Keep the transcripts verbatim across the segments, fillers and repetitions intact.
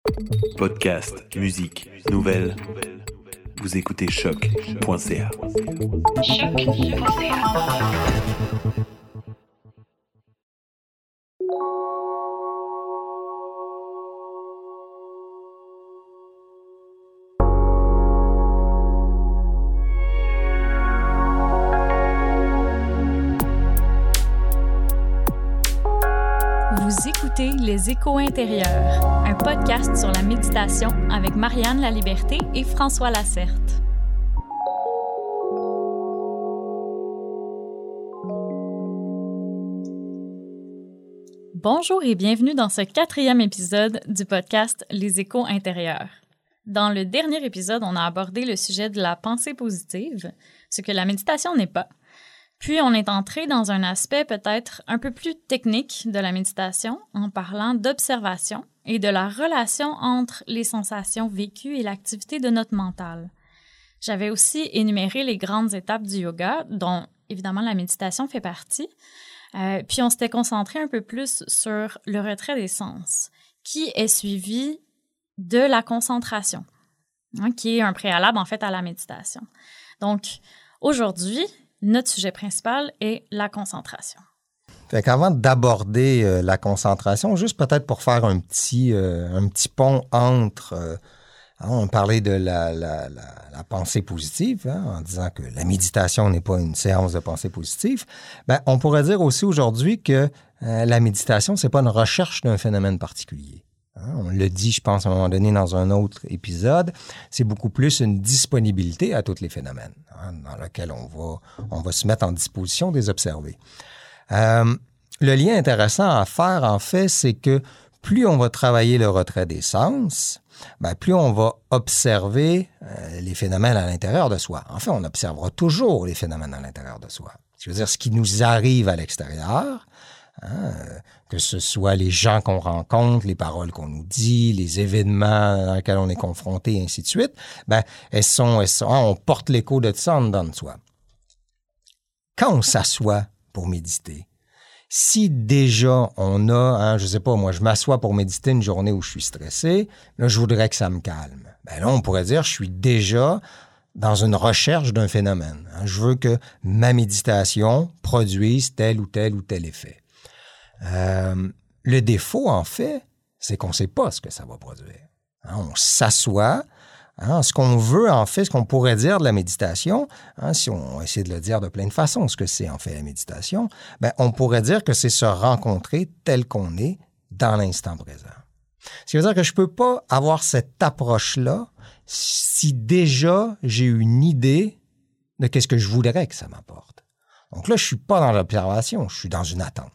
Podcast, musique, nouvelles. Vous écoutez choc point c a. choc point c a. Vous écoutez Les Échos intérieurs, un podcast sur la méditation avec Marianne Laliberté et François Lacerte. Bonjour et bienvenue dans ce quatrième épisode du podcast Les Échos intérieurs. Dans le dernier épisode, on a abordé le sujet de la pensée positive, ce que la méditation n'est pas. Puis, on est entré dans un aspect peut-être un peu plus technique de la méditation en parlant d'observation et de la relation entre les sensations vécues et l'activité de notre mental. J'avais aussi énuméré les grandes étapes du yoga, dont évidemment la méditation fait partie. Euh, puis, on s'était concentré un peu plus sur le retrait des sens, qui est suivi de la concentration, hein, qui est un préalable en fait à la méditation. Donc, aujourd'hui, notre sujet principal est la concentration. Fait qu'avant d'aborder euh, la concentration, juste peut-être pour faire un petit, euh, un petit pont entre... Euh, hein, on parlait de la, la, la, la pensée positive, hein, en disant que la méditation n'est pas une séance de pensée positive. Ben, on pourrait dire aussi aujourd'hui que euh, la méditation, c'est pas une recherche d'un phénomène particulier. Hein, on le dit, je pense, à un moment donné dans un autre épisode, c'est beaucoup plus une disponibilité à tous les phénomènes, hein, dans lequel on va, on va se mettre en disposition de les observer. Euh, le lien intéressant à faire, en fait, c'est que plus on va travailler le retrait des sens, ben, plus on va observer euh, les phénomènes à l'intérieur de soi. En fait, on observera toujours les phénomènes à l'intérieur de soi. Je veux dire, ce qui nous arrive à l'extérieur, Hein, que ce soit les gens qu'on rencontre, les paroles qu'on nous dit, les événements dans lesquels on est confronté, et ainsi de suite, ben, elles sont, elles sont, hein, on porte l'écho de ça en dedans de soi. Quand on s'assoit pour méditer, si déjà on a, hein, je sais pas, moi, je m'assois pour méditer une journée où je suis stressé, là, je voudrais que ça me calme. Ben là, on pourrait dire, je suis déjà dans une recherche d'un phénomène. Hein. Je veux que ma méditation produise tel ou tel ou tel effet. Euh, le défaut, en fait, c'est qu'on ne sait pas ce que ça va produire. Hein, on s'assoit. Hein, ce qu'on veut, en fait, ce qu'on pourrait dire de la méditation, hein, si on essaie de le dire de plein de façons, ce que c'est, en fait, la méditation, ben, on pourrait dire que c'est se rencontrer tel qu'on est dans l'instant présent. Ce qui veut dire que je ne peux pas avoir cette approche-là si déjà j'ai une idée de qu'est-ce que je voudrais que ça m'apporte. Donc là, je ne suis pas dans l'observation, je suis dans une attente.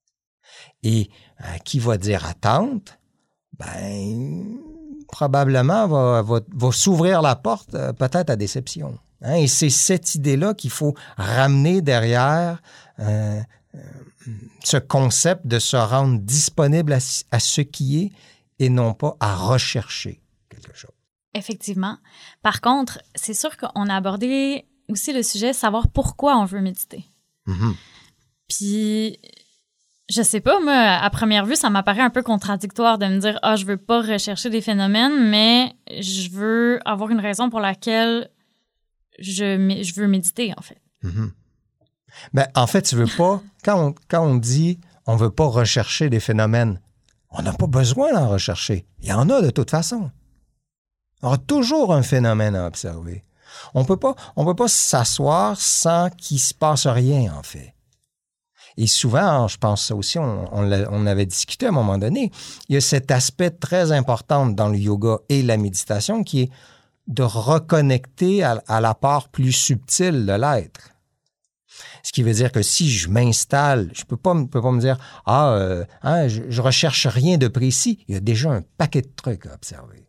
Et euh, qui va dire attente, ben, probablement va, va, va s'ouvrir la porte euh, peut-être à déception. Hein? Et c'est cette idée-là qu'il faut ramener derrière euh, euh, ce concept de se rendre disponible à, à ce qui est et non pas à rechercher quelque chose. Effectivement. Par contre, c'est sûr qu'on a abordé aussi le sujet savoir pourquoi on veut méditer. Mm-hmm. Puis... Je sais pas, moi, à première vue, ça m'apparaît un peu contradictoire de me dire « Ah, je veux pas rechercher des phénomènes, mais je veux avoir une raison pour laquelle je, je veux méditer, en fait. Mm-hmm. » Ben, en fait, tu veux pas... Quand on, quand on dit « on veut pas rechercher des phénomènes », on n'a pas besoin d'en rechercher. Il y en a de toute façon. On aura toujours un phénomène à observer. On peut pas, on peut pas s'asseoir sans qu'il se passe rien, en fait. Et souvent, je pense ça aussi, on, on, on avait discuté à un moment donné, il y a cet aspect très important dans le yoga et la méditation qui est de reconnecter à, à la part plus subtile de l'être. Ce qui veut dire que si je m'installe, je peux pas, peux pas me dire « Ah, euh, hein, je, je recherche rien de précis. » Il y a déjà un paquet de trucs à observer.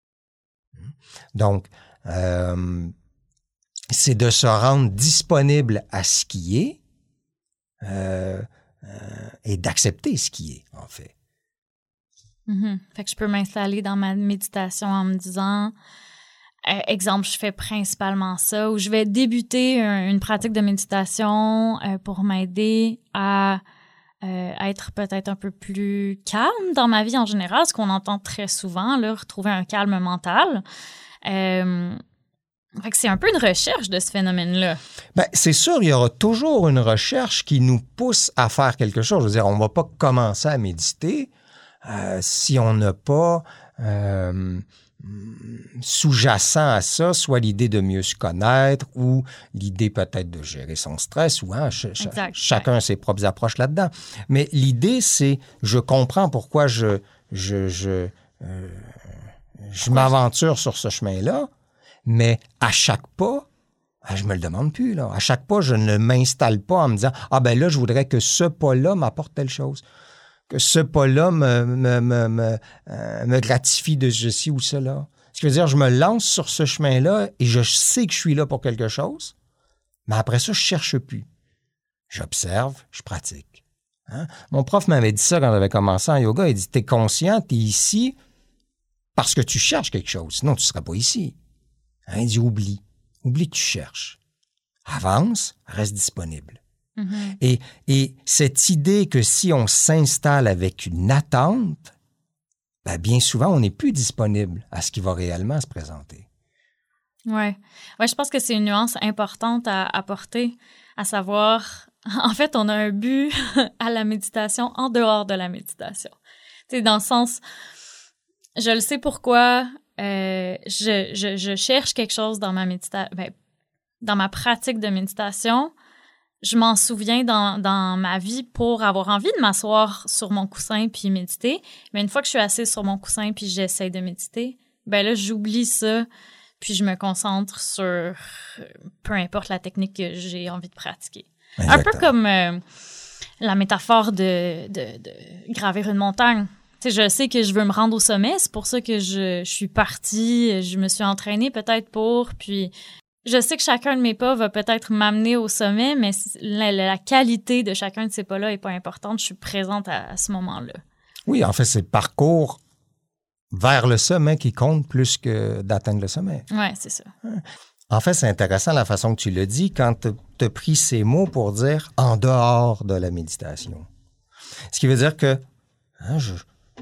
Donc, euh, c'est de se rendre disponible à ce qui est, Euh, euh, et d'accepter ce qui est, en fait. Mm-hmm. Fait que je peux m'installer dans ma méditation en me disant, euh, exemple, je fais principalement ça, ou je vais débuter un, une pratique de méditation euh, pour m'aider à euh, être peut-être un peu plus calme dans ma vie en général, ce qu'on entend très souvent, là, retrouver un calme mental. Euh, fait que c'est un peu une recherche de ce phénomène-là. Bien, c'est sûr, il y aura toujours une recherche qui nous pousse à faire quelque chose. Je veux dire, on ne va pas commencer à méditer euh, si on n'a pas euh, sous-jacent à ça, soit l'idée de mieux se connaître ou l'idée peut-être de gérer son stress, ou hein, ch- ch- chacun a ses propres approches là-dedans. Mais l'idée, c'est, je comprends pourquoi je, je, je, euh, je m'aventure sur ce chemin-là, mais à chaque pas, je me le demande plus, là. À chaque pas, je ne m'installe pas en me disant « Ah ben là, je voudrais que ce pas-là m'apporte telle chose. Que ce pas-là me, me, me, me, euh, me gratifie de ceci ou cela. » Ce qui veut dire, je me lance sur ce chemin-là et je sais que je suis là pour quelque chose, mais après ça, je ne cherche plus. J'observe, je pratique. Hein? Mon prof m'avait dit ça quand j'avais commencé en yoga. Il dit « T'es conscient, t'es ici parce que tu cherches quelque chose. Sinon, tu ne serais pas ici. » Hein? Il dit « Oublie. Oublie que tu cherches. Avance, reste disponible. » Mm-hmm. Et, et cette idée que si on s'installe avec une attente, ben bien souvent, on n'est plus disponible à ce qui va réellement se présenter. Oui. Ouais, je pense que c'est une nuance importante à apporter, à savoir, en fait, on a un but à la méditation en dehors de la méditation. Tu sais, dans le sens, je le sais pourquoi euh, je, je, je cherche quelque chose dans ma méditation, ben, dans ma pratique de méditation. Je m'en souviens dans, dans ma vie pour avoir envie de m'asseoir sur mon coussin puis méditer. Mais une fois que je suis assise sur mon coussin puis j'essaie de méditer, ben là, j'oublie ça puis je me concentre sur peu importe la technique que j'ai envie de pratiquer. Exactement. Un peu comme euh, la métaphore de, de, de gravir une montagne. Tu sais, je sais que je veux me rendre au sommet, c'est pour ça que je, je suis partie, je me suis entraînée peut-être pour, puis... Je sais que chacun de mes pas va peut-être m'amener au sommet, mais la, la qualité de chacun de ces pas-là n'est pas importante. Je suis présente à, à ce moment-là. Oui, en fait, c'est le parcours vers le sommet qui compte plus que d'atteindre le sommet. Oui, c'est ça. En fait, c'est intéressant la façon que tu l'as dit quand tu as pris ces mots pour dire « en dehors de la méditation ». Ce qui veut dire que hein, je,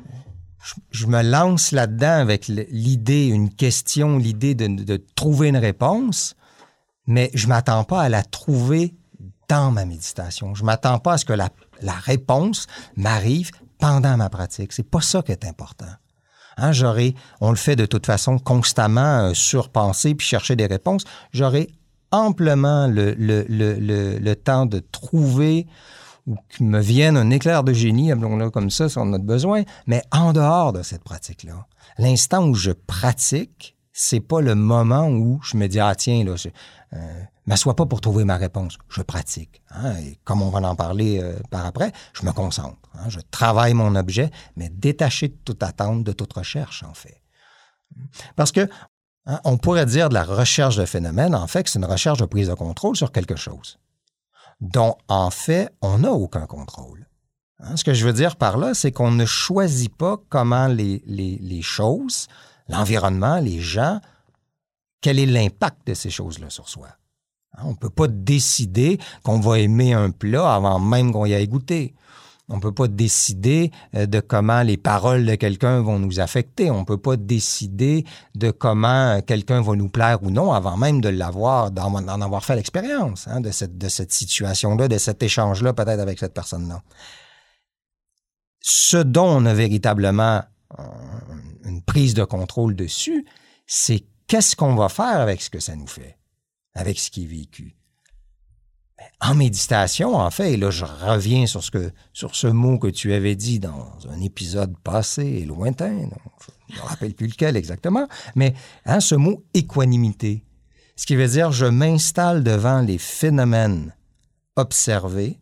je, je me lance là-dedans avec l'idée, une question, l'idée de, de trouver une réponse, mais je ne m'attends pas à la trouver dans ma méditation. Je ne m'attends pas à ce que la, la réponse m'arrive pendant ma pratique. C'est pas ça qui est important. Hein, j'aurais, on le fait de toute façon constamment, euh, surpenser puis chercher des réponses. J'aurai amplement le, le, le, le, le temps de trouver ou qu'il me vienne un éclair de génie, appelons-le comme ça, si on en a besoin, mais en dehors de cette pratique-là. L'instant où je pratique, c'est pas le moment où je me dis « Ah tiens, là, je euh, m'assois pas pour trouver ma réponse. » Je pratique. Hein, et comme on va en parler euh, par après, je me concentre. Hein, je travaille mon objet, mais détaché de toute attente, de toute recherche, en fait. Parce que hein, on pourrait dire de la recherche de phénomènes, en fait, que c'est une recherche de prise de contrôle sur quelque chose dont, en fait, on n'a aucun contrôle. Hein, ce que je veux dire par là, c'est qu'on ne choisit pas comment les, les, les choses, l'environnement, les gens, quel est l'impact de ces choses-là sur soi. Hein, on ne peut pas décider qu'on va aimer un plat avant même qu'on y ait goûté. On ne peut pas décider de comment les paroles de quelqu'un vont nous affecter. On ne peut pas décider de comment quelqu'un va nous plaire ou non avant même de l'avoir, d'en, d'en avoir fait l'expérience, hein, de cette, de cette situation-là, de cet échange-là peut-être avec cette personne-là. Ce dont on a véritablement une prise de contrôle dessus, c'est qu'est-ce qu'on va faire avec ce que ça nous fait, avec ce qui est vécu. En méditation, en fait, et là, je reviens sur ce, que, sur ce mot que tu avais dit dans un épisode passé et lointain, donc je ne me rappelle plus lequel exactement, mais hein, ce mot « équanimité », ce qui veut dire je m'installe devant les phénomènes observés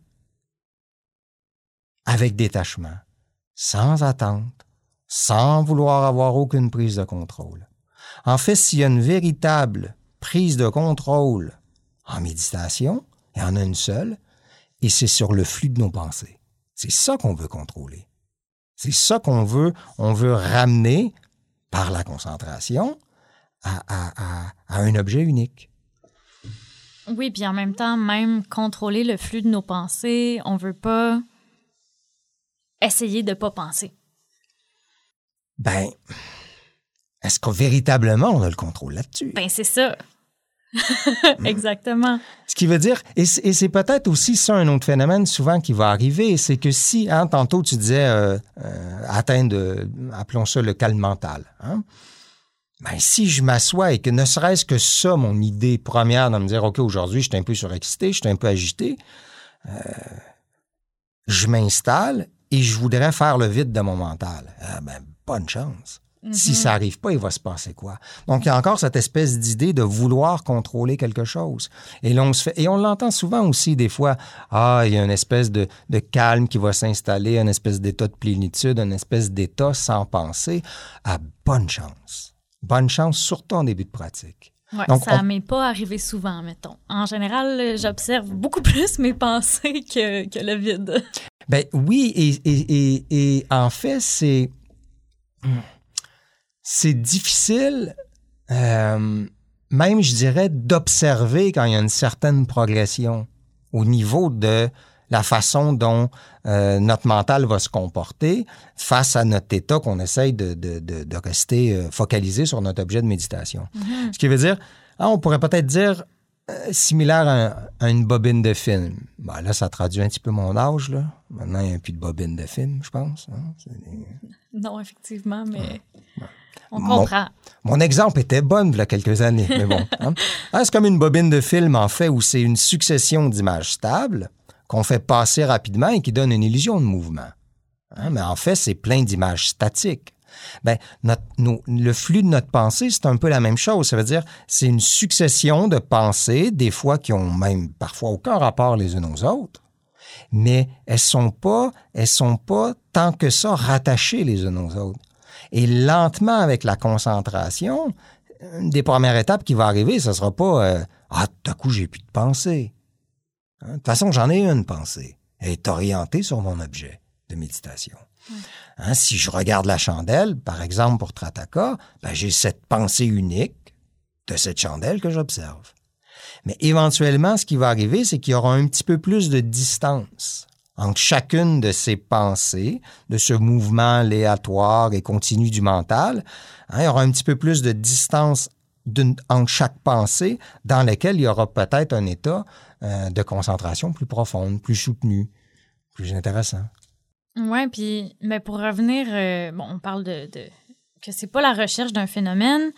avec détachement, sans attente, sans vouloir avoir aucune prise de contrôle. En fait, s'il y a une véritable prise de contrôle en méditation, il y en a une seule, et c'est sur le flux de nos pensées. C'est ça qu'on veut contrôler. C'est ça qu'on veut, on veut ramener par la concentration à, à, à, à un objet unique. Oui, puis en même temps, même contrôler le flux de nos pensées, on veut pas... essayer de ne pas penser? Ben, est-ce que véritablement on a le contrôle là-dessus? Ben, c'est ça. Exactement. Ce qui veut dire, et c'est, et c'est peut-être aussi ça un autre phénomène souvent qui va arriver, c'est que si, hein, tantôt tu disais euh, euh, atteindre, de, appelons ça le calme mental, hein? Ben, si je m'assois et que ne serait-ce que ça, mon idée première de me dire, OK, aujourd'hui, je suis un peu surexcité, je suis un peu agité, euh, je m'installe et je voudrais faire le vide de mon mental. Ah, ben, bonne chance. Mm-hmm. Si ça n'arrive pas, il va se passer quoi? Donc, il y a encore cette espèce d'idée de vouloir contrôler quelque chose. Et là, on se fait, et on l'entend souvent aussi des fois. Ah, il y a une espèce de, de calme qui va s'installer, une espèce d'état de plénitude, une espèce d'état sans pensée. Ah, bonne chance. Bonne chance, surtout en début de pratique. Ouais, donc, ça ne on... m'est pas arrivé souvent, mettons. En général, j'observe beaucoup plus mes pensées que, que le vide. Ben oui, et, et, et, et en fait, c'est... C'est difficile, euh, même, je dirais, d'observer quand il y a une certaine progression au niveau de la façon dont euh, notre mental va se comporter face à notre état qu'on essaye de, de, de, de rester euh, focalisé sur notre objet de méditation. Mm-hmm. Ce qui veut dire, hein, on pourrait peut-être dire euh, similaire à, à une bobine de film. Ben, là, ça traduit un petit peu mon âge, là. Maintenant, il n'y a plus de bobine de film, je pense. Hein? C'est des... Non, effectivement, mais... Ouais. Ouais. On Mon, comprend. Mon exemple était bonne il y a quelques années, mais bon. Hein? Hein, c'est comme une bobine de film, en fait, où c'est une succession d'images stables qu'on fait passer rapidement et qui donne une illusion de mouvement. Hein? Mais en fait, c'est plein d'images statiques. Bien, notre, nos, le flux de notre pensée, c'est un peu la même chose. Ça veut dire, c'est une succession de pensées, des fois qui ont même parfois aucun rapport les unes aux autres, mais elles sont pas, elles sont pas tant que ça rattachées les unes aux autres. Et lentement, avec la concentration, une des premières étapes qui va arriver, ce ne sera pas euh, « Ah, tout à coup, j'ai plus de pensée. Hein? » De toute façon, j'en ai une pensée. Elle est orientée sur mon objet de méditation. Mm. Hein? Si je regarde la chandelle, par exemple, pour Trataka, ben, j'ai cette pensée unique de cette chandelle que j'observe. Mais éventuellement, ce qui va arriver, c'est qu'il y aura un petit peu plus de distance entre chacune de ces pensées, de ce mouvement aléatoire et continu du mental. Hein, il y aura un petit peu plus de distance entre chaque pensée dans laquelle il y aura peut-être un état euh, de concentration plus profonde, plus soutenu, plus intéressant. Oui, puis mais pour revenir, euh, bon, on parle de, de que c'est pas la recherche d'un phénomène,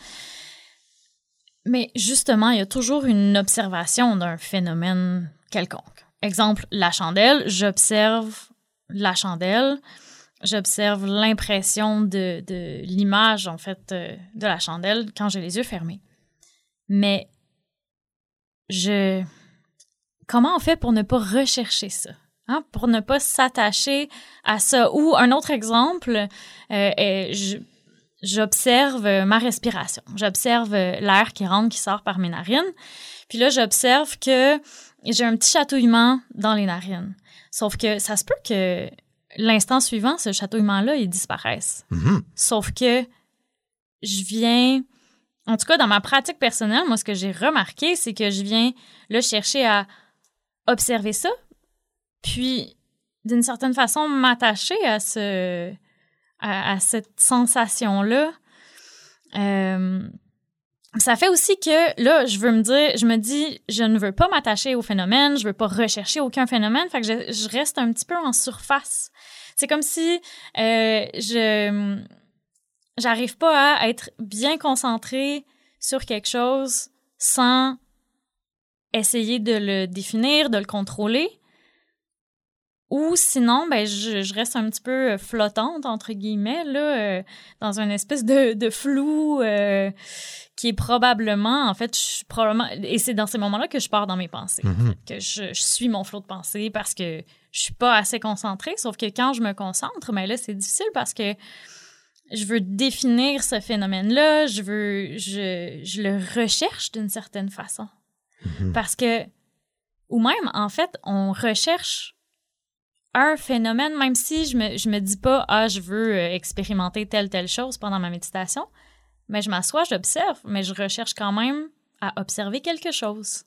mais justement, il y a toujours une observation d'un phénomène quelconque. Exemple, la chandelle, j'observe la chandelle, j'observe l'impression de, de l'image, en fait, de la chandelle quand j'ai les yeux fermés. Mais je... comment on fait pour ne pas rechercher ça? Hein? Pour ne pas s'attacher à ça? Ou un autre exemple, euh, est, je, j'observe ma respiration. J'observe l'air qui rentre, qui sort par mes narines. Puis là, j'observe que j'ai un petit chatouillement dans les narines. Sauf que ça se peut que l'instant suivant, ce chatouillement-là, il disparaisse. Mm-hmm. Sauf que je viens... En tout cas, dans ma pratique personnelle, moi, ce que j'ai remarqué, c'est que je viens là chercher à observer ça, puis, d'une certaine façon, m'attacher à, ce, à, à cette sensation-là. Euh, Ça fait aussi que, là, je veux me dire, je me dis, je ne veux pas m'attacher au phénomène, je veux pas rechercher aucun phénomène, fait que je, je reste un petit peu en surface. C'est comme si euh, je j'arrive pas à être bien concentrée sur quelque chose sans essayer de le définir, de le contrôler. Ou sinon, ben, je, je reste un petit peu flottante, entre guillemets, là, euh, dans une espèce de, de flou euh, qui est probablement, en fait, je suis probablement... Et c'est dans ces moments-là que je pars dans mes pensées. Mm-hmm. Que je, je suis mon flot de pensée parce que je suis pas assez concentrée. Sauf que quand je me concentre, ben là, c'est difficile parce que je veux définir ce phénomène-là, je veux... Je, je le recherche d'une certaine façon. Mm-hmm. Parce que... Ou même, en fait, on recherche un phénomène, même si je me, je me dis pas « Ah, je veux expérimenter telle, telle chose pendant ma méditation », mais je m'assois, j'observe, mais je recherche quand même à observer quelque chose.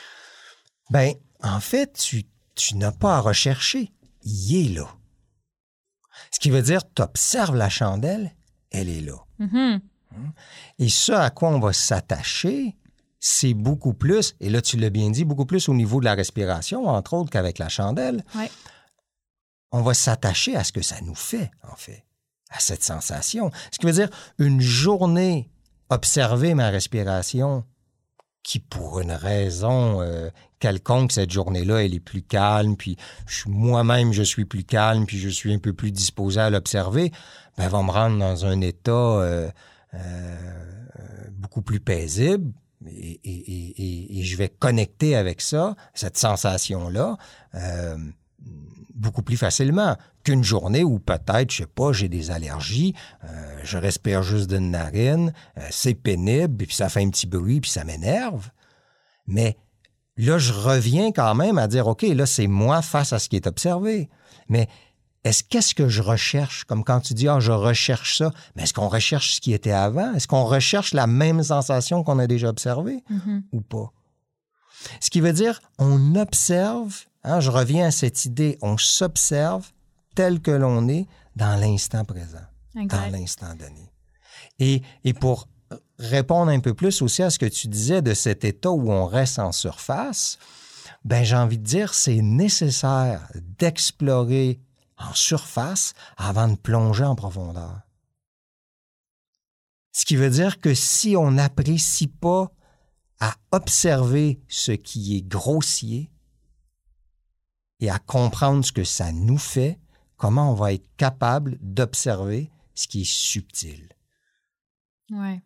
Bien, en fait, tu, tu n'as pas à rechercher. Il est là. Ce qui veut dire, tu observes la chandelle, elle est là. Mm-hmm. Et ce à quoi on va s'attacher, c'est beaucoup plus, et là tu l'as bien dit, beaucoup plus au niveau de la respiration, entre autres qu'avec la chandelle. Ouais. On va s'attacher à ce que ça nous fait, en fait, à cette sensation. Ce qui veut dire, une journée, observer ma respiration, qui pour une raison euh, quelconque, cette journée-là, elle est plus calme, puis je, moi-même, je suis plus calme, puis je suis un peu plus disposé à l'observer, ben, elle va me rendre dans un état euh, euh, beaucoup plus paisible, et, et, et, et, et je vais connecter avec ça, cette sensation-là, euh, beaucoup plus facilement qu'une journée où peut-être, je sais pas, j'ai des allergies, euh, je respire juste d'une narine, euh, c'est pénible, puis ça fait un petit bruit, puis ça m'énerve. Mais là, je reviens quand même à dire, OK, là, c'est moi face à ce qui est observé. Mais est-ce qu'est-ce que je recherche? Comme quand tu dis, ah, je recherche ça. Mais est-ce qu'on recherche ce qui était avant? Est-ce qu'on recherche la même sensation qu'on a déjà observée Mm-hmm. ou pas? Ce qui veut dire, on observe. Hein, je reviens à cette idée, on s'observe tel que l'on est dans l'instant présent, Exact. dans l'instant donné. Et, et pour répondre un peu plus aussi à ce que tu disais de cet état où on reste en surface, ben j'ai envie de dire c'est nécessaire d'explorer en surface avant de plonger en profondeur. Ce qui veut dire que si on n'apprécie pas à observer ce qui est grossier, et à comprendre ce que ça nous fait, comment on va être capable d'observer ce qui est subtil. Ouais.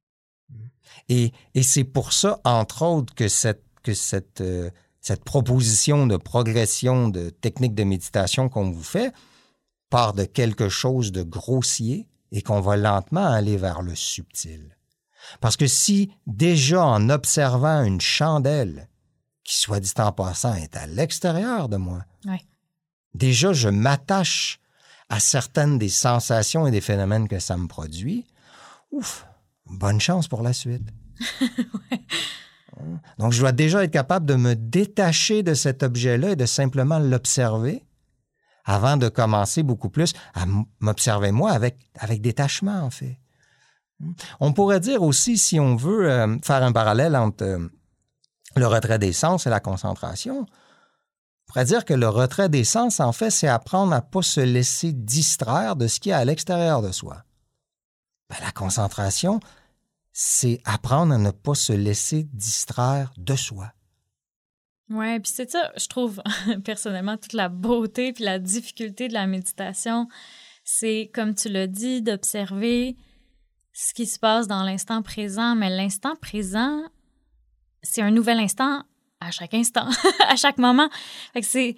Et, et c'est pour ça, entre autres, que cette, que cette, euh, cette proposition de progression de technique de méditation qu'on vous fait part de quelque chose de grossier et qu'on va lentement aller vers le subtil. Parce que si déjà en observant une chandelle, qui, soit dit en passant, est à l'extérieur de moi. Ouais. Déjà, je m'attache à certaines des sensations et des phénomènes que ça me produit. Ouf, bonne chance pour la suite. Ouais. Donc, je dois déjà être capable de me détacher de cet objet-là et de simplement l'observer avant de commencer beaucoup plus à m'observer moi avec, avec détachement, en fait. On pourrait dire aussi, si on veut euh, faire un parallèle entre euh, le retrait des sens et la concentration, on pourrait dire que le retrait des sens, en fait, c'est apprendre à ne pas se laisser distraire de ce qu'il y a à l'extérieur de soi. Ben, la concentration, c'est apprendre à ne pas se laisser distraire de soi. Oui, puis c'est ça, je trouve personnellement toute la beauté puis la difficulté de la méditation, c'est, comme tu l'as dit, d'observer ce qui se passe dans l'instant présent, mais l'instant présent, c'est un nouvel instant à chaque instant, à chaque moment. Fait que c'est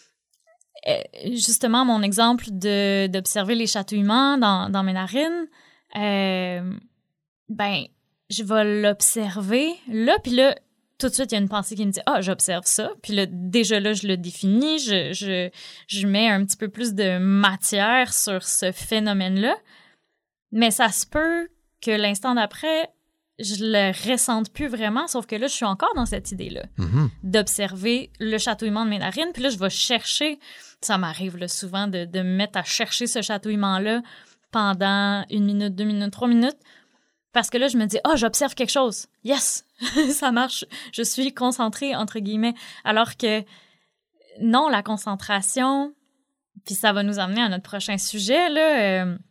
euh, justement mon exemple de, d'observer les chatouillements dans, dans mes narines. Euh, ben, je vais l'observer là, puis là, tout de suite, il y a une pensée qui me dit « Ah, j'observe ça. » Puis là, déjà là, je le définis, je, je, je mets un petit peu plus de matière sur ce phénomène-là. Mais ça se peut que l'instant d'après, je le ressente plus vraiment, sauf que là, je suis encore dans cette idée-là, Mm-hmm. d'observer le chatouillement de mes narines. Puis là, je vais chercher, ça m'arrive là, souvent de, de me mettre à chercher ce chatouillement-là pendant une minute, deux minutes, trois minutes, parce que là, je me dis « Ah, oh, j'observe quelque chose. Yes! Ça marche. Je suis concentrée, entre guillemets. » Alors que non, la concentration, puis ça va nous amener à notre prochain sujet, là, euh,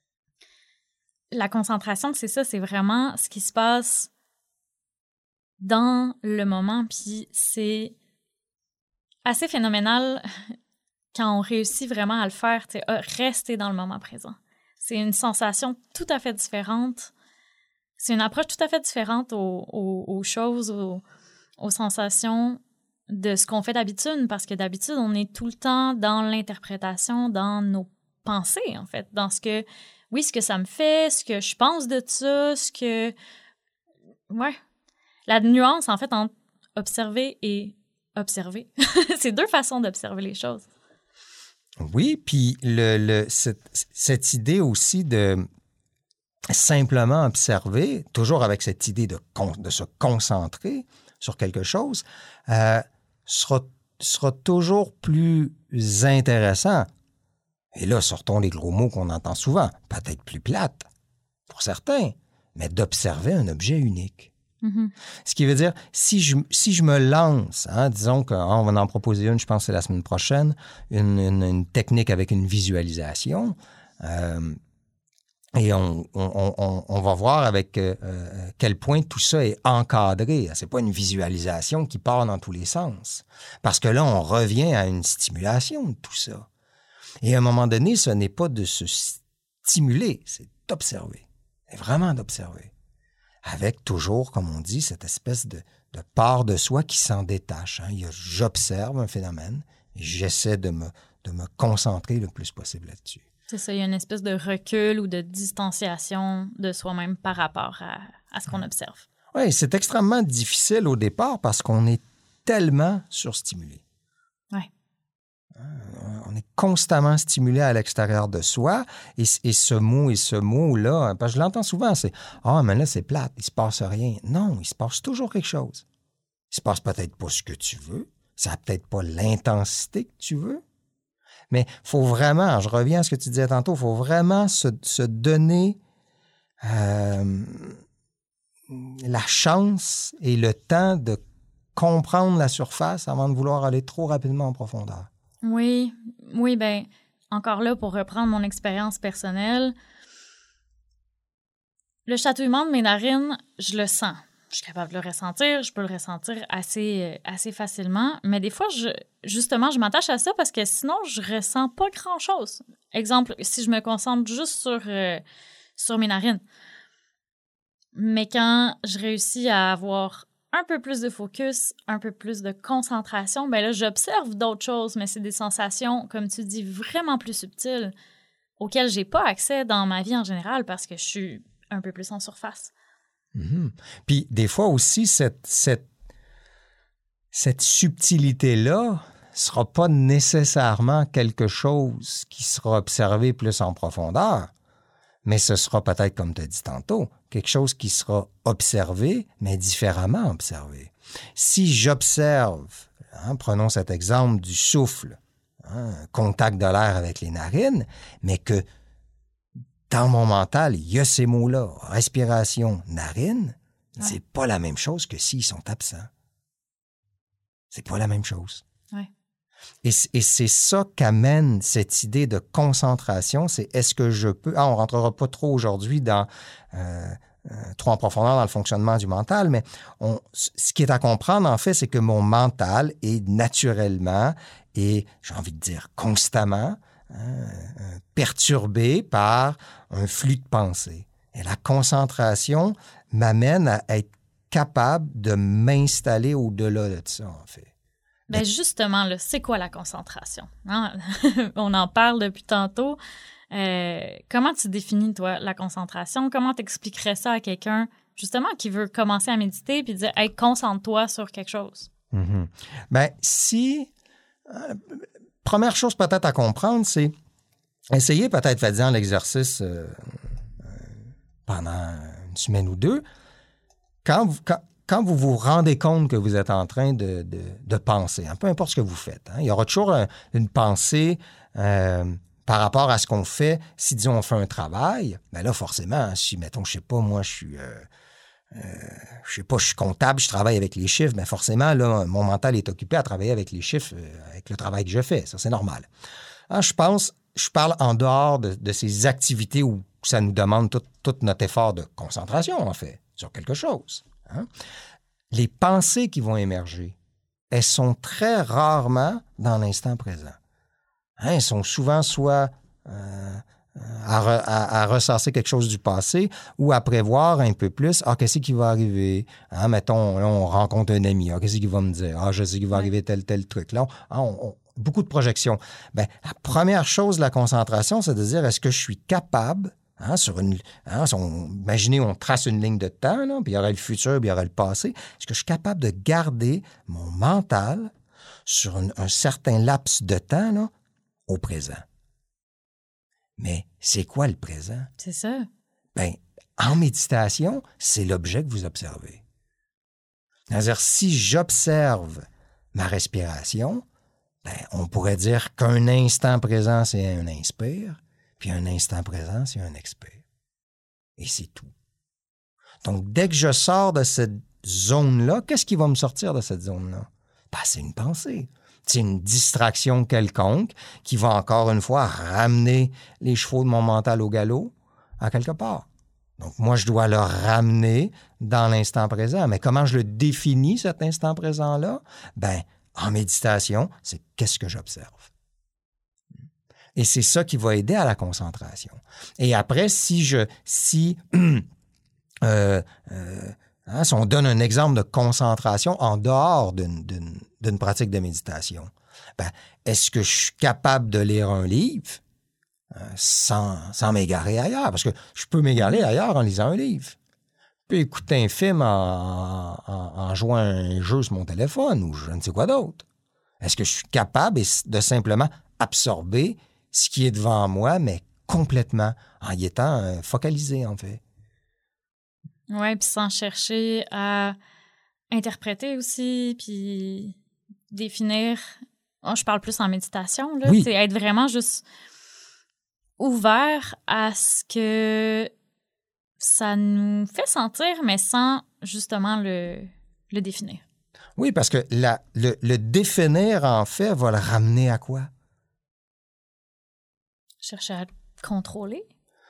la concentration, c'est ça, c'est vraiment ce qui se passe dans le moment, puis c'est assez phénoménal quand on réussit vraiment à le faire, tu sais, rester dans le moment présent. C'est une sensation tout à fait différente. C'est une approche tout à fait différente aux, aux, aux choses, aux, aux sensations de ce qu'on fait d'habitude, parce que d'habitude, on est tout le temps dans l'interprétation, dans nos pensées, en fait, dans ce que, oui, ce que ça me fait, ce que je pense de ça, ce que... Ouais. La nuance, en fait, entre observer et observer. C'est deux façons d'observer les choses. Oui, puis le, le, cette, cette idée aussi de simplement observer, toujours avec cette idée de, con, de se concentrer sur quelque chose, euh, sera, sera toujours plus intéressant. Et là, sortons les gros mots qu'on entend souvent, peut-être plus plates pour certains, mais d'observer un objet unique. Mm-hmm. Ce qui veut dire, si je, si je me lance, hein, disons qu'on va en proposer une, je pense que c'est la semaine prochaine, une, une, une technique avec une visualisation, euh, et on, on, on, on va voir avec euh, quel point tout ça est encadré. C'est pas une visualisation qui part dans tous les sens. Parce que là, on revient à une stimulation de tout ça. Et à un moment donné, ce n'est pas de se stimuler, c'est d'observer. C'est vraiment d'observer. Avec toujours, comme on dit, cette espèce de, de part de soi qui s'en détache. Hein. Il y a, j'observe un phénomène et j'essaie de me, de me concentrer le plus possible là-dessus. C'est ça, il y a une espèce de recul ou de distanciation de soi-même par rapport à, à ce qu'on observe. Oui, c'est extrêmement difficile au départ parce qu'on est tellement surstimulé. Oui. On est constamment stimulé à l'extérieur de soi et, et ce mot et ce mot-là, parce que je l'entends souvent, c'est « Ah, mais là, c'est plate, il se passe rien. » Non, il se passe toujours quelque chose. Il se passe peut-être pas ce que tu veux, ça n'a peut-être pas l'intensité que tu veux, mais il faut vraiment, je reviens à ce que tu disais tantôt, il faut vraiment se, se donner euh, la chance et le temps de comprendre la surface avant de vouloir aller trop rapidement en profondeur. Oui, oui, ben encore là, pour reprendre mon expérience personnelle, le chatouillement de mes narines, je le sens. Je suis capable de le ressentir, je peux le ressentir assez, assez facilement, mais des fois, je, justement, je m'attache à ça parce que sinon, je ressens pas grand-chose. Exemple, si je me concentre juste sur, euh, sur mes narines. Mais quand je réussis à avoir un peu plus de focus, un peu plus de concentration, bien là, j'observe d'autres choses, mais c'est des sensations, comme tu dis, vraiment plus subtiles auxquelles j'ai pas accès dans ma vie en général parce que je suis un peu plus en surface. Mm-hmm. Puis des fois aussi, cette, cette, cette subtilité-là ne sera pas nécessairement quelque chose qui sera observé plus en profondeur, mais ce sera peut-être, comme tu as dit tantôt, quelque chose qui sera observé, mais différemment observé. Si j'observe, hein, prenons cet exemple du souffle, hein, contact de l'air avec les narines, mais que dans mon mental, il y a ces mots-là, respiration, narine, ouais. C'est pas la même chose que s'ils sont absents. C'est pas la même chose. Ouais. Et, et c'est ça qu'amène cette idée de concentration, c'est est-ce que je peux... Ah, on ne rentrera pas trop aujourd'hui dans... Euh, euh, trop en profondeur dans le fonctionnement du mental, mais on, ce qui est à comprendre, en fait, c'est que mon mental est naturellement et, j'ai envie de dire, constamment hein, perturbé par un flux de pensée. Et la concentration m'amène à être capable de m'installer au-delà de ça, en fait. Bien, justement, là, c'est quoi la concentration? Hein? On en parle depuis tantôt. Euh, comment tu définis, toi, la concentration? Comment tu expliquerais ça à quelqu'un, justement, qui veut commencer à méditer puis dire « Hey, concentre-toi sur quelque chose. Mm-hmm. » Bien, si... Euh, première chose peut-être à comprendre, c'est essayer peut-être, faisant l'exercice euh, euh, pendant une semaine ou deux. Quand vous... Quand, Quand vous vous rendez compte que vous êtes en train de, de, de penser, hein, peu importe ce que vous faites, hein, il y aura toujours un, une pensée euh, par rapport à ce qu'on fait. Si, disons, on fait un travail, bien là, forcément, si, mettons, je sais pas, moi, je suis, euh, euh, je sais pas, je suis comptable, je travaille avec les chiffres, bien forcément, là, mon mental est occupé à travailler avec les chiffres, euh, avec le travail que je fais. Ça, c'est normal. Hein, je pense, je parle en dehors de, de ces activités où ça nous demande tout, tout notre effort de concentration, en fait, sur quelque chose. Hein? Les pensées qui vont émerger, elles sont très rarement dans l'instant présent. Hein? Elles sont souvent soit euh, à, re, à, à ressasser quelque chose du passé ou à prévoir un peu plus, ah, qu'est-ce qui va arriver? Hein? Mettons, là, on rencontre un ami, ah, qu'est-ce qu'il va me dire? Ah, je sais qu'il va arriver tel, tel truc. Là, on, on, on, beaucoup de projections. Bien, la première chose de la concentration, c'est de dire, est-ce que je suis capable Hein, sur une, hein, on, imaginez, on trace une ligne de temps, là, puis il y aurait le futur, puis il y aurait le passé. Est-ce que je suis capable de garder mon mental sur un, un certain laps de temps là, au présent? Mais c'est quoi le présent? C'est ça. Bien, en méditation, c'est l'objet que vous observez. C'est-à-dire, si j'observe ma respiration, ben, on pourrait dire qu'un instant présent, c'est un inspire, puis un instant présent, c'est un expire. Et c'est tout. Donc, dès que je sors de cette zone-là, qu'est-ce qui va me sortir de cette zone-là? Ben, c'est une pensée. C'est une distraction quelconque qui va encore une fois ramener les chevaux de mon mental au galop à quelque part. Donc, moi, je dois le ramener dans l'instant présent. Mais comment je le définis, cet instant présent-là? Ben, en méditation, c'est qu'est-ce que j'observe. Et c'est ça qui va aider à la concentration. Et après, si je... si euh, euh, hein, si on donne un exemple de concentration en dehors d'une, d'une, d'une pratique de méditation, ben, est-ce que je suis capable de lire un livre euh, sans, sans m'égarer ailleurs? Parce que je peux m'égarer ailleurs en lisant un livre. Je peux écouter un film en, en, en jouant à un jeu sur mon téléphone ou je ne sais quoi d'autre. Est-ce que je suis capable de simplement absorber ce qui est devant moi, mais complètement, en y étant euh, focalisé, en fait? Oui, puis sans chercher à interpréter aussi, puis définir. Oh, je parle plus en méditation, là. Oui. C'est être vraiment juste ouvert à ce que ça nous fait sentir, mais sans justement le, le définir. Oui, parce que la, le, le définir, en fait, va le ramener à quoi? Chercher à contrôler.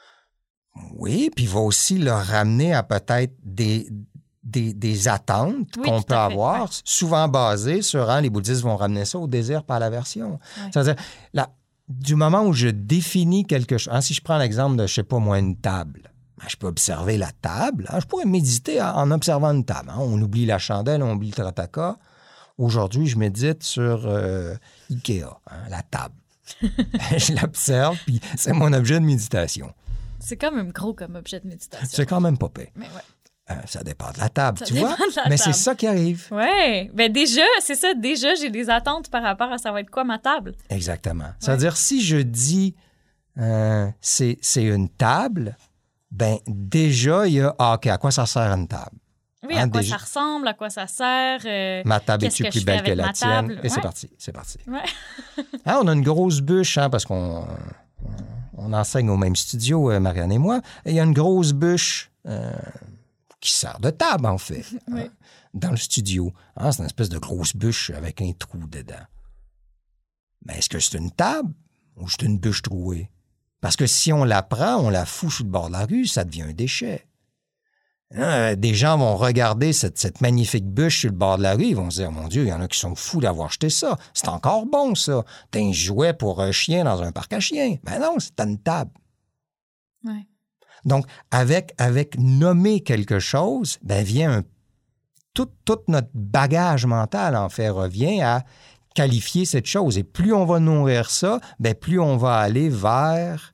Oui, puis il va aussi le ramener à peut-être des, des, des attentes Oui, qu'on tout peut à fait, avoir, ouais. souvent basées sur, hein, les bouddhistes vont ramener ça au désir par l'aversion. Ouais. C'est-à-dire, la, du moment où je définis quelque chose, hein, si je prends l'exemple de, je sais pas moi, une table, ben, je peux observer la table, hein, je pourrais méditer en, en observant une table. Hein. On oublie la chandelle, on oublie le trataka. Aujourd'hui, je médite sur euh, Ikea, hein, la table. Je l'observe, puis c'est mon objet de méditation. C'est quand même gros comme objet de méditation. C'est quand même pas pire. Mais ouais. Euh, ça dépend de la table, Ça tu dépend vois? de la Mais table. c'est ça qui arrive. Oui, ben déjà, c'est ça, déjà, j'ai des attentes par rapport à ça va être quoi ma table. Exactement. C'est-à-dire, si je dis euh, c'est, c'est une table, ben déjà, il y a ah, OK, à quoi ça sert une table? Oui, Hein, à quoi déjà- ça ressemble, à quoi ça sert. euh, Ma table Qu'est-ce est-tu que plus je fais belle que avec la ma tienne? table? Et c'est Ouais. parti, c'est parti. Ouais. Hein, on a une grosse bûche, hein, parce qu'on on, on enseigne au même studio, euh, Marianne et moi, et il y a une grosse bûche euh, qui sert de table, en fait, Oui. hein, dans le studio. Hein, c'est une espèce de grosse bûche avec un trou dedans. Mais est-ce que c'est une table ou c'est une bûche trouée? Parce que si on la prend, on la fout sur le bord de la rue, ça devient un déchet. Hein, des gens vont regarder cette, cette magnifique bûche sur le bord de la rue, ils vont se dire, mon Dieu, il y en a qui sont fous d'avoir acheté ça. C'est encore bon, ça. T'as un jouet pour un chien dans un parc à chiens. Ben non, c'est une table. Ouais. Donc, avec, avec nommer quelque chose, ben vient un, tout, tout notre bagage mental, en fait, revient à qualifier cette chose. Et plus on va nourrir ça, ben plus on va aller vers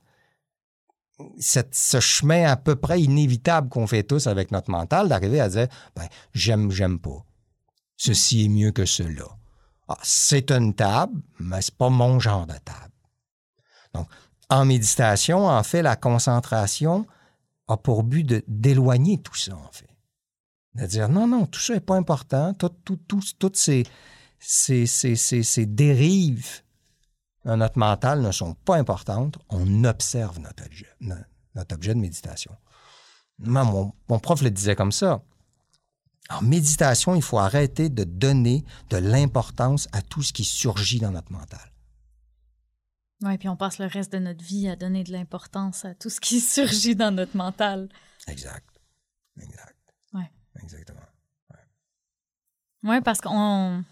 cette, ce chemin à peu près inévitable qu'on fait tous avec notre mental, d'arriver à dire, ben, j'aime, j'aime pas. Ceci est mieux que cela. Ah, c'est une table, mais c'est pas mon genre de table. Donc, en méditation, en fait, la concentration a pour but de, d'éloigner tout ça, en fait. De dire, non, non, tout ça n'est pas important. Tout, tout, tout, toutes ces, ces, ces, ces, ces dérives dans notre mental ne sont pas importantes. On observe notre objet, notre objet de méditation. Moi, mon, mon prof le disait comme ça. En méditation, il faut arrêter de donner de l'importance à tout ce qui surgit dans notre mental. Oui, puis on passe le reste de notre vie à donner de l'importance à tout ce qui surgit dans notre mental. Exact. Exact. Ouais. Exactement. Oui, parce qu'on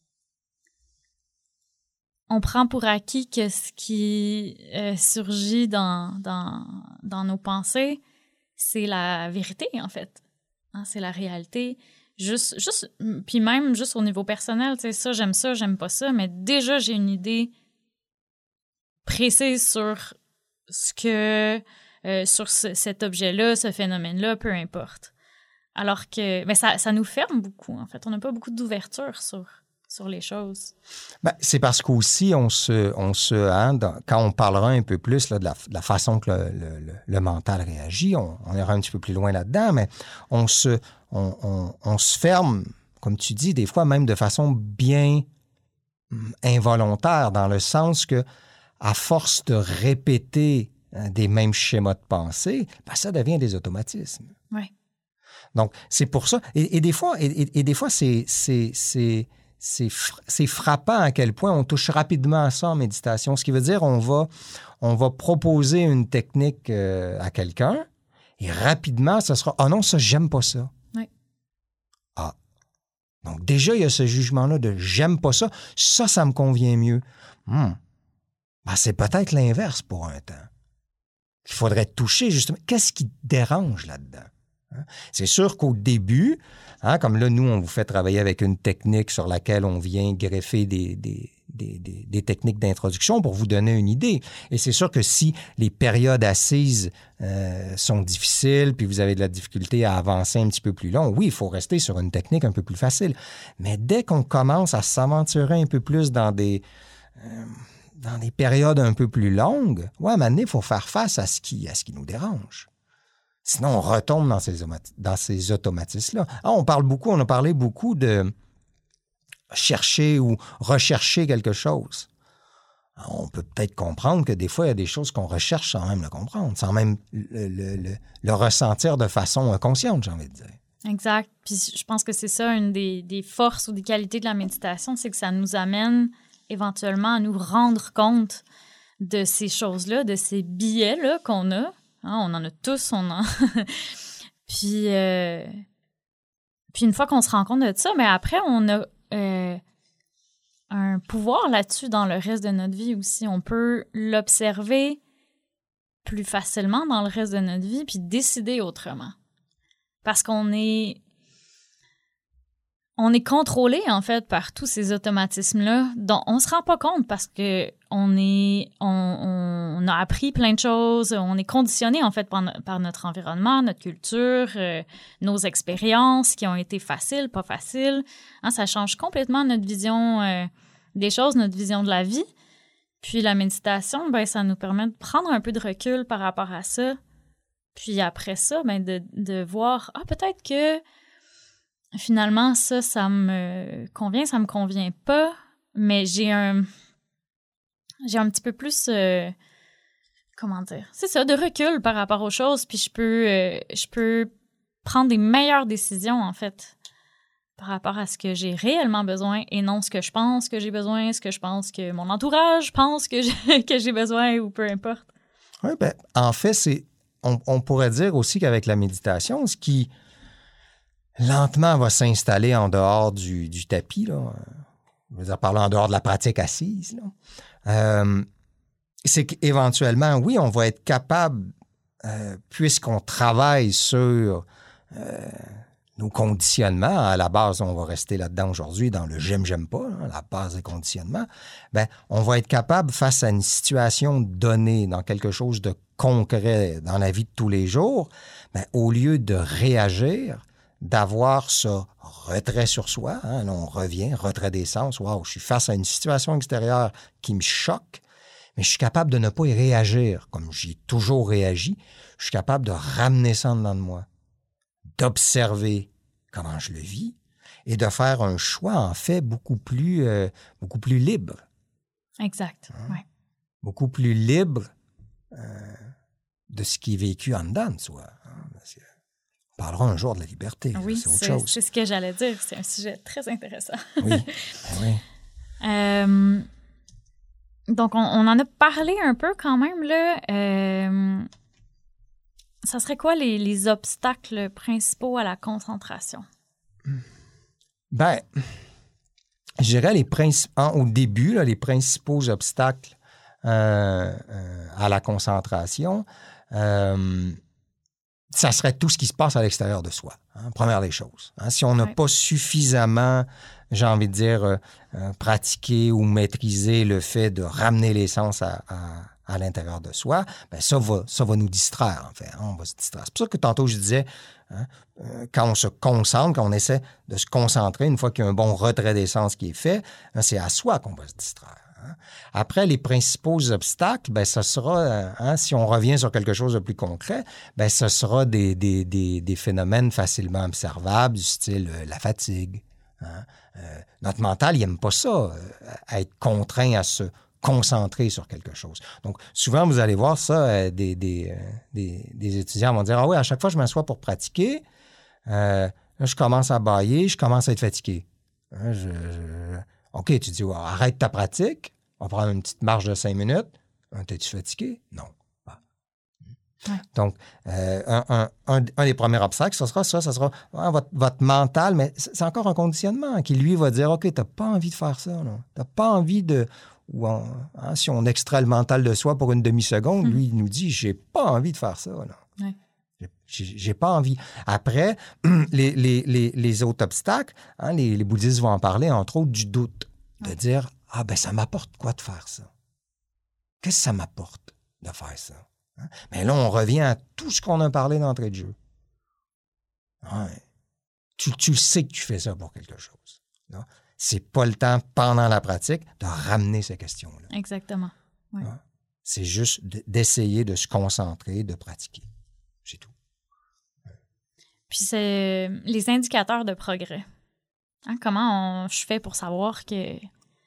on prend pour acquis que ce qui euh, surgit dans, dans, dans nos pensées, c'est la vérité, en fait. Hein, c'est la réalité. Juste, juste, puis même juste au niveau personnel, tu sais, ça, j'aime ça, j'aime pas ça, mais déjà, j'ai une idée précise sur ce que, euh, sur ce, cet objet-là, ce phénomène-là, peu importe. Alors que, ben ça, ça nous ferme beaucoup, en fait. On n'a pas beaucoup d'ouverture sur, sur les choses. Ben, c'est parce qu'aussi, on se, on se hein, dans, quand on parlera un peu plus là, de, la, de la façon que le, le, le, le mental réagit, on, on ira un petit peu plus loin là-dedans, mais on se, on, on, on se ferme, comme tu dis, des fois même de façon bien involontaire, dans le sens que, à force de répéter hein, des mêmes schémas de pensée, ben, ça devient des automatismes. Oui. Donc, c'est pour ça. Et, et des fois, et, et, et des fois c'est, c'est, c'est, c'est, c'est frappant à quel point on touche rapidement à ça en méditation. Ce qui veut dire on va, on va proposer une technique euh, à quelqu'un et rapidement, ça sera « Ah non, ça, j'aime pas ça. » Oui. Ah. Donc, déjà, il y a ce jugement-là de « J'aime pas ça. Ça, ça me convient mieux. Hmm. » Ben, c'est peut-être l'inverse pour un temps. Il faudrait toucher, justement. Qu'est-ce qui te dérange là-dedans? Hein? C'est sûr qu'au début, hein, comme là, nous, on vous fait travailler avec une technique sur laquelle on vient greffer des, des, des, des, des techniques d'introduction pour vous donner une idée. Et c'est sûr que si les périodes assises euh, sont difficiles, puis vous avez de la difficulté à avancer un petit peu plus long, oui, il faut rester sur une technique un peu plus facile. Mais dès qu'on commence à s'aventurer un peu plus dans des... Euh, dans des périodes un peu plus longues, ouais, à un moment donné, il faut faire face à ce qui, à ce qui nous dérange. Sinon, on retombe dans ces, dans ces automatismes-là. Ah, on parle beaucoup, on a parlé beaucoup de chercher ou rechercher quelque chose. Alors, on peut peut-être comprendre que des fois, il y a des choses qu'on recherche sans même le comprendre, sans même le, le, le, le ressentir de façon inconsciente, j'ai envie de dire. Exact. Puis je pense que c'est ça, une des, des forces ou des qualités de la méditation, c'est que ça nous amène éventuellement à nous rendre compte de ces choses-là, de ces biais-là qu'on a. Hein, on en a tous, on en... puis, euh... puis une fois qu'on se rend compte de ça, mais après, on a euh, un pouvoir là-dessus dans le reste de notre vie aussi. On peut l'observer plus facilement dans le reste de notre vie puis décider autrement. Parce qu'on est... On est contrôlé, en fait, par tous ces automatismes-là dont on se rend pas compte parce que on est, on, on a appris plein de choses, on est conditionné, en fait, par, no- par notre environnement, notre culture, euh, nos expériences qui ont été faciles, pas faciles. Hein, ça change complètement notre vision euh, des choses, notre vision de la vie. Puis la méditation, ben, ça nous permet de prendre un peu de recul par rapport à ça. Puis après ça, ben, de, de voir, ah, peut-être que finalement, ça, ça me convient, ça me convient pas, mais j'ai un... J'ai un petit peu plus... Euh, comment dire? C'est ça, de recul par rapport aux choses, puis je peux, euh, je peux prendre des meilleures décisions, en fait, par rapport à ce que j'ai réellement besoin et non ce que je pense que j'ai besoin, ce que je pense que mon entourage pense que j'ai, que j'ai besoin ou peu importe. Oui, bien, en fait, c'est... On, on pourrait dire aussi qu'avec la méditation, ce qui... lentement va s'installer en dehors du, du tapis, là. Je veux dire, parler en dehors de la pratique assise, là. Euh, c'est qu'éventuellement, oui, on va être capable, euh, puisqu'on travaille sur euh, nos conditionnements, à la base, on va rester là-dedans aujourd'hui, dans le « j'aime, j'aime pas hein, », la base des conditionnements, bien, on va être capable, face à une situation donnée, dans quelque chose de concret, dans la vie de tous les jours, bien, au lieu de réagir, d'avoir ce retrait sur soi. Hein, là, on revient, retrait des sens. Wow, je suis face à une situation extérieure qui me choque, mais je suis capable de ne pas y réagir comme j'ai toujours réagi. Je suis capable de ramener ça en dedans de moi, d'observer comment je le vis et de faire un choix, en fait, beaucoup plus, euh, beaucoup plus libre. Exact, Hein? oui. Beaucoup plus libre euh, de ce qui est vécu en dedans de soi. Hein, parce que on parlera un jour de la liberté. Oui, c'est autre c'est, chose. c'est ce que j'allais dire. C'est un sujet très intéressant. Oui, ben oui. Euh, donc, on, on en a parlé un peu quand même, là. Euh, ça serait quoi les, les obstacles principaux à la concentration? Ben, je dirais les princi- en, au début, là, les principaux obstacles euh, euh, à la concentration, euh, ça serait tout ce qui se passe à l'extérieur de soi, hein, première des choses. Hein. Si on n'a Ouais. pas suffisamment, j'ai envie de dire, euh, euh, pratiqué ou maîtrisé le fait de ramener les sens à, à, à l'intérieur de soi, ben ça va, ça va nous distraire, en fait. Hein, on va se distraire. C'est pour ça que tantôt, je disais, hein, euh, quand on se concentre, quand on essaie de se concentrer, une fois qu'il y a un bon retrait des sens qui est fait, hein, c'est à soi qu'on va se distraire. Hein. Après, les principaux obstacles, ben, ce sera, hein, si on revient sur quelque chose de plus concret, ben, ce sera des, des, des, des phénomènes facilement observables du style euh, la fatigue, hein, Hein? Euh, notre mental, il n'aime pas ça, euh, à être contraint à se concentrer sur quelque chose. Donc, souvent, vous allez voir ça, euh, des, des, euh, des, des étudiants vont dire « Ah oui, à chaque fois que je m'assois pour pratiquer, euh, là, je commence à bâiller, je commence à être fatigué. Hein, je, je... OK, tu dis ouais, arrête ta pratique, on va prendre une petite marche de cinq minutes. Hein, t'es-tu fatigué? Non. Ah. Ouais. Donc, euh, un, un, un, un des premiers obstacles, ce sera ça, ce sera hein, votre, votre mental, mais c'est encore un conditionnement qui, lui, va dire « OK, t'as pas envie de faire ça, non. T'as pas envie de... » Ou on, hein, si on extrait le mental de soi pour une demi-seconde, mmh. lui, il nous dit « J'ai pas envie de faire ça, non. Ouais. » J'ai, j'ai pas envie. Après, les, les, les, les autres obstacles, hein, les, les bouddhistes vont en parler, entre autres, du doute. De ouais. dire, ah ben ça m'apporte quoi de faire ça? Qu'est-ce que ça m'apporte de faire ça? Hein? Mais là, on revient à tout ce qu'on a parlé d'entrée de jeu. Ouais. Tu, tu sais que tu fais ça pour quelque chose. Là. C'est pas le temps, pendant la pratique, de ramener ces questions-là. Exactement. Ouais. Hein? C'est juste de, d'essayer de se concentrer, de pratiquer. C'est tout. Puis c'est les indicateurs de progrès. Hein, comment on, je fais pour savoir que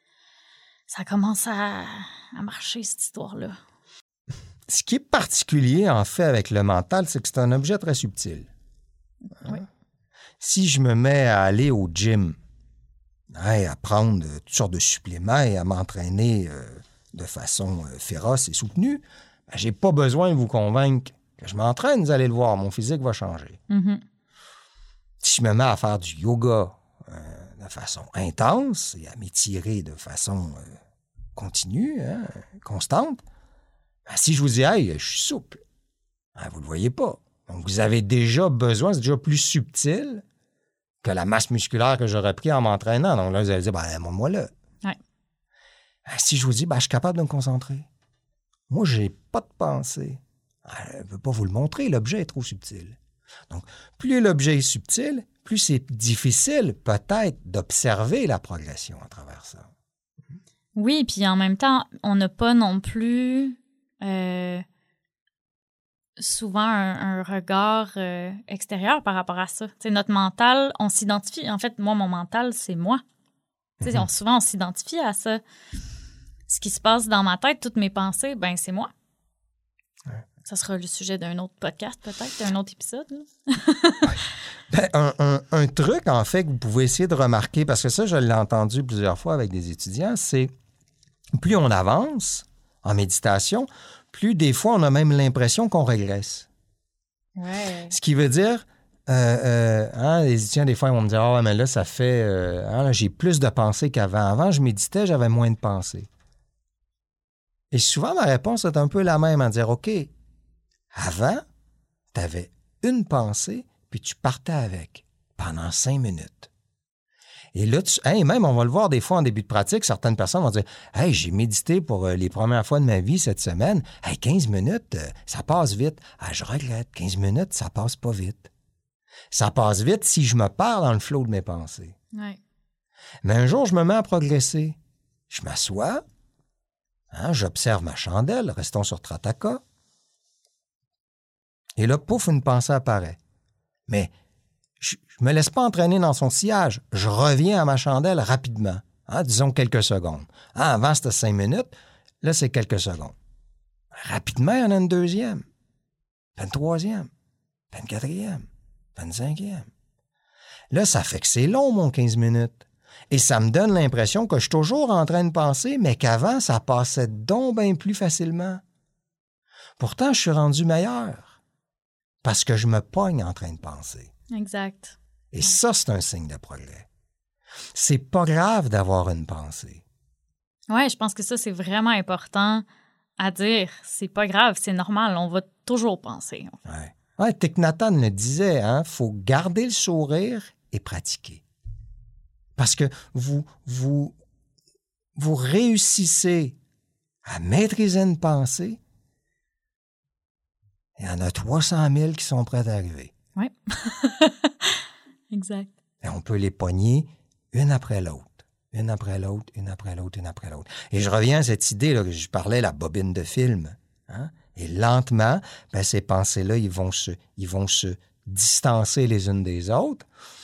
ça commence à, à marcher, cette histoire-là? Ce qui est particulier, en fait, avec le mental, c'est que c'est un objet très subtil. Oui. Si je me mets à aller au gym, hein, à prendre toutes sortes de suppléments et à m'entraîner euh, de façon euh, féroce et soutenue, ben, j'ai pas besoin de vous convaincre que je m'entraîne, vous allez le voir, mon physique va changer. Mm-hmm. Si je me mets à faire du yoga euh, de façon intense et à m'étirer de façon euh, continue, hein, constante, ben, si je vous dis « Hey, je suis souple hein, », vous ne le voyez pas. Donc, vous avez déjà besoin, c'est déjà plus subtil que la masse musculaire que j'aurais pris en m'entraînant. Donc là, vous allez dire « Ben, moi, là. Ouais. » Si je vous dis ben, « Je suis capable de me concentrer. Moi, je n'ai pas de pensée. » Je ne peux pas vous le montrer, l'objet est trop subtil. Donc, plus l'objet est subtil, plus c'est difficile peut-être d'observer la progression à travers ça. Oui, puis en même temps, on n'a pas non plus euh, souvent un, un regard euh, extérieur par rapport à ça. T'sais, notre mental, on s'identifie. En fait, moi, mon mental, c'est moi. Mm-hmm. On, souvent, on s'identifie à ça. Ce qui se passe dans ma tête, toutes mes pensées, ben c'est moi. Ouais. Ça sera le sujet d'un autre podcast, peut-être, d'un autre épisode. ben, un, un, un truc, en fait, que vous pouvez essayer de remarquer, parce que ça, je l'ai entendu plusieurs fois avec des étudiants, c'est plus on avance en méditation, plus des fois, on a même l'impression qu'on régresse. Ouais. Ce qui veut dire, euh, euh, hein, les étudiants, des fois, ils vont me dire « Ah, oh, mais là, ça fait... Euh, hein, là, j'ai plus de pensées qu'avant. Avant, je méditais, j'avais moins de pensées. » Et souvent, ma réponse est un peu la même, à dire « OK, avant, tu avais une pensée, puis tu partais avec pendant cinq minutes. » Et là, tu, hey, même, on va le voir des fois en début de pratique, certaines personnes vont dire « Hey, j'ai médité pour euh, les premières fois de ma vie cette semaine. Hey, quinze minutes, euh, ça passe vite. Ah, je regrette, quinze minutes, ça passe pas vite. Ça passe vite si je me perds dans le flot de mes pensées. Ouais. Mais un jour, je me mets à progresser. Je m'assois, hein, j'observe ma chandelle, restons sur Trataka. Et là, pouf, une pensée apparaît. Mais je ne me laisse pas entraîner dans son sillage. Je reviens à ma chandelle rapidement. Hein, disons quelques secondes. Hein, avant, c'était cinq minutes. Là, c'est quelques secondes. Rapidement, il y en a une deuxième. Puis une troisième. Puis une quatrième. Puis une cinquième. Là, ça fait que c'est long, mon quinze minutes. Et ça me donne l'impression que je suis toujours en train de penser, mais qu'avant, ça passait donc bien plus facilement. Pourtant, je suis rendu meilleur. Parce que je me pogne en train de penser. Exact. Et ouais. Ça, c'est un signe de progrès. C'est pas grave d'avoir une pensée. Oui, je pense que ça, c'est vraiment important à dire. C'est pas grave, c'est normal, on va toujours penser. En fait. Ouais. Ouais, Thich Nhat Hanh le disait, hein, faut garder le sourire et pratiquer. Parce que vous, vous, vous réussissez à maîtriser une pensée, il y en a trois cent mille qui sont prêts à arriver. Oui. Exact. Et on peut les pogner une après l'autre. Une après l'autre, une après l'autre, une après l'autre. Et je reviens à cette idée là, que je parlais, la bobine de film. Hein? Et lentement, ben, ces pensées-là, ils vont, se, ils vont se distancer les unes des autres.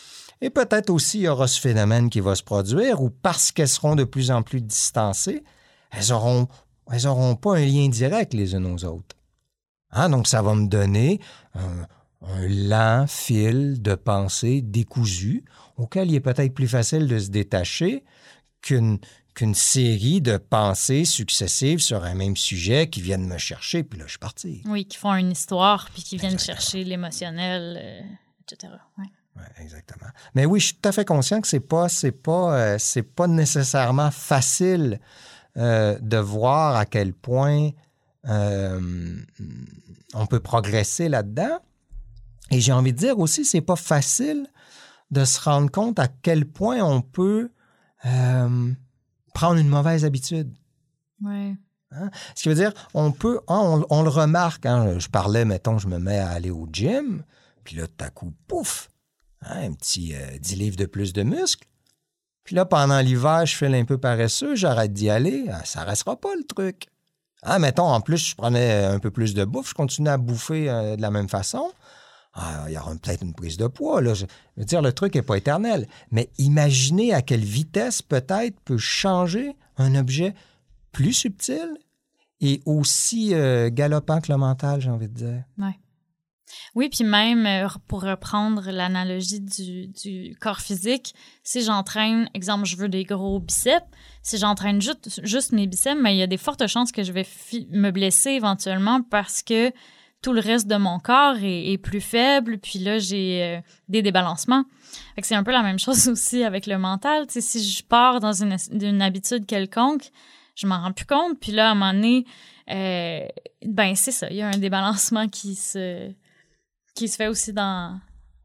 Et peut-être aussi, il y aura ce phénomène qui va se produire où parce qu'elles seront de plus en plus distancées, elles auront, elles auront pas un lien direct les unes aux autres. Hein? Donc, ça va me donner un, un lent fil de pensée décousu auquel il est peut-être plus facile de se détacher qu'une, qu'une série de pensées successives sur un même sujet qui viennent me chercher, puis là, je suis parti. Oui, qui font une histoire, puis qui viennent Exactement. chercher l'émotionnel, euh, et cetera. Ouais. Oui, exactement. Mais oui, je suis tout à fait conscient que c'est pas, c'est pas, euh, c'est pas nécessairement facile euh, de voir à quel point euh, on peut progresser là-dedans. Et j'ai envie de dire aussi, c'est pas facile de se rendre compte à quel point on peut euh, prendre une mauvaise habitude. Ouais. Hein? Ce qui veut dire, on peut, hein, on, on le remarque. Hein, je parlais, mettons, je me mets à aller au gym, puis là, tout à coup, pouf! Hein, un petit euh, dix livres de plus de muscles. Puis là, pendant l'hiver, je file un peu paresseux, j'arrête d'y aller. Ah, ça ne restera pas, le truc. Ah, mettons, en plus, je prenais un peu plus de bouffe, je continuais à bouffer euh, de la même façon. Ah, il y aura peut-être une prise de poids. Là. Je veux dire, le truc n'est pas éternel. Mais imaginez à quelle vitesse, peut-être, peut changer un objet plus subtil et aussi euh, galopant que le mental, j'ai envie de dire. Ouais. Oui, puis même, euh, pour reprendre l'analogie du, du corps physique, si j'entraîne, exemple, je veux des gros biceps, si j'entraîne juste, juste mes biceps, mais il y a des fortes chances que je vais fi- me blesser éventuellement parce que tout le reste de mon corps est, est plus faible, puis là, j'ai euh, des débalancements. Fait que c'est un peu la même chose aussi avec le mental. Tu sais, si je pars dans une, une habitude quelconque, je m'en rends plus compte, puis là, à un moment donné, euh, ben c'est ça, il y a un débalancement qui se... qui se fait aussi dans,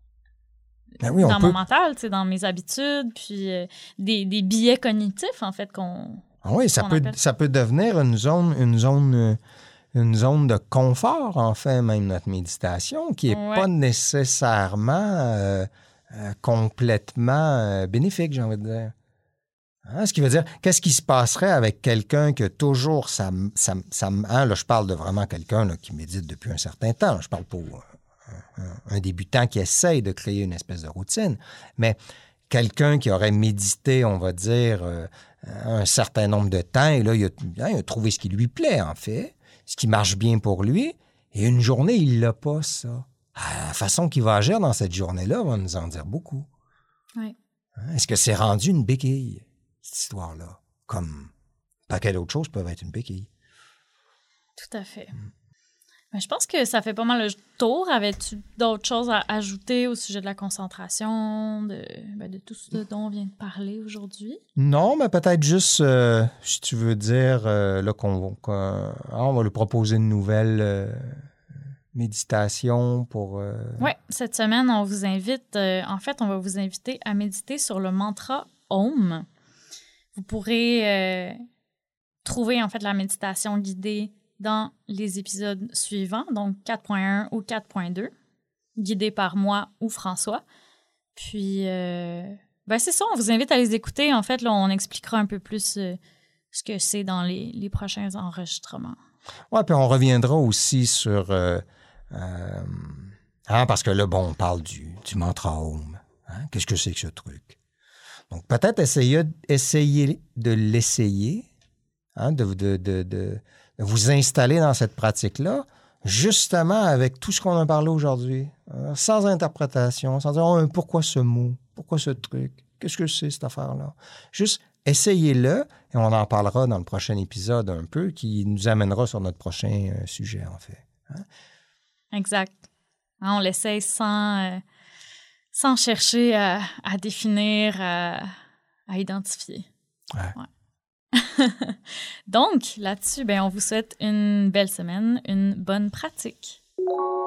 Ben oui, on dans peut... mon mental, tu sais, dans mes habitudes, puis euh, des, des biais cognitifs, en fait, qu'on Ah oui, ça qu'on peut, appelle. ça peut devenir une zone, une zone, euh, une zone de confort, en fait, même notre méditation, qui n'est Ouais. pas nécessairement euh, euh, complètement euh, bénéfique, j'ai envie de dire. Hein? Ce qui veut dire, qu'est-ce qui se passerait avec quelqu'un que toujours ça, ça, ça hein, là, je parle de vraiment quelqu'un là, qui médite depuis un certain temps. Là, je parle pour un, un, un débutant qui essaye de créer une espèce de routine. Mais quelqu'un qui aurait médité, on va dire, euh, un certain nombre de temps, et là, il a, hein, il a trouvé ce qui lui plaît, en fait, ce qui marche bien pour lui, et une journée, il l'a pas, ça. Ah, la façon qu'il va agir dans cette journée-là va nous en dire beaucoup. Oui. Hein? Est-ce que c'est rendu une béquille, cette histoire-là? Comme un paquet d'autres choses peuvent être une béquille. Tout à fait. Mm. Ben, je pense que ça fait pas mal le tour. Avais-tu d'autres choses à ajouter au sujet de la concentration, de, ben, de tout ce dont on vient de parler aujourd'hui? Non, mais peut-être juste, euh, si tu veux dire, euh, là, qu'on, qu'on on va lui proposer une nouvelle euh, méditation pour... Euh... Oui, cette semaine, on vous invite, euh, en fait, on va vous inviter à méditer sur le mantra Om. Vous pourrez euh, trouver, en fait, la méditation guidée dans les épisodes suivants, donc quatre point un ou quatre point deux, guidés par moi ou François. Puis, euh, ben c'est ça, on vous invite à les écouter. En fait, là, on expliquera un peu plus euh, ce que c'est dans les, les prochains enregistrements. Oui, puis on reviendra aussi sur... Euh, euh, hein, parce que là, bon, on parle du, du mantra Om. Hein? Qu'est-ce que c'est que ce truc? Donc, peut-être essayer, essayer de l'essayer, hein, de... de, de, de vous installer dans cette pratique-là, justement avec tout ce qu'on a parlé aujourd'hui, hein, sans interprétation, sans dire oh, « pourquoi ce mot? Pourquoi ce truc? Qu'est-ce que c'est cette affaire-là? » Juste essayez-le et on en parlera dans le prochain épisode un peu qui nous amènera sur notre prochain euh, sujet, en fait. Hein? Exact. Hein, on l'essaye sans, euh, sans chercher à, à définir, à, à identifier. Ouais. Ouais. Donc, là-dessus, ben, on vous souhaite une belle semaine, une bonne pratique.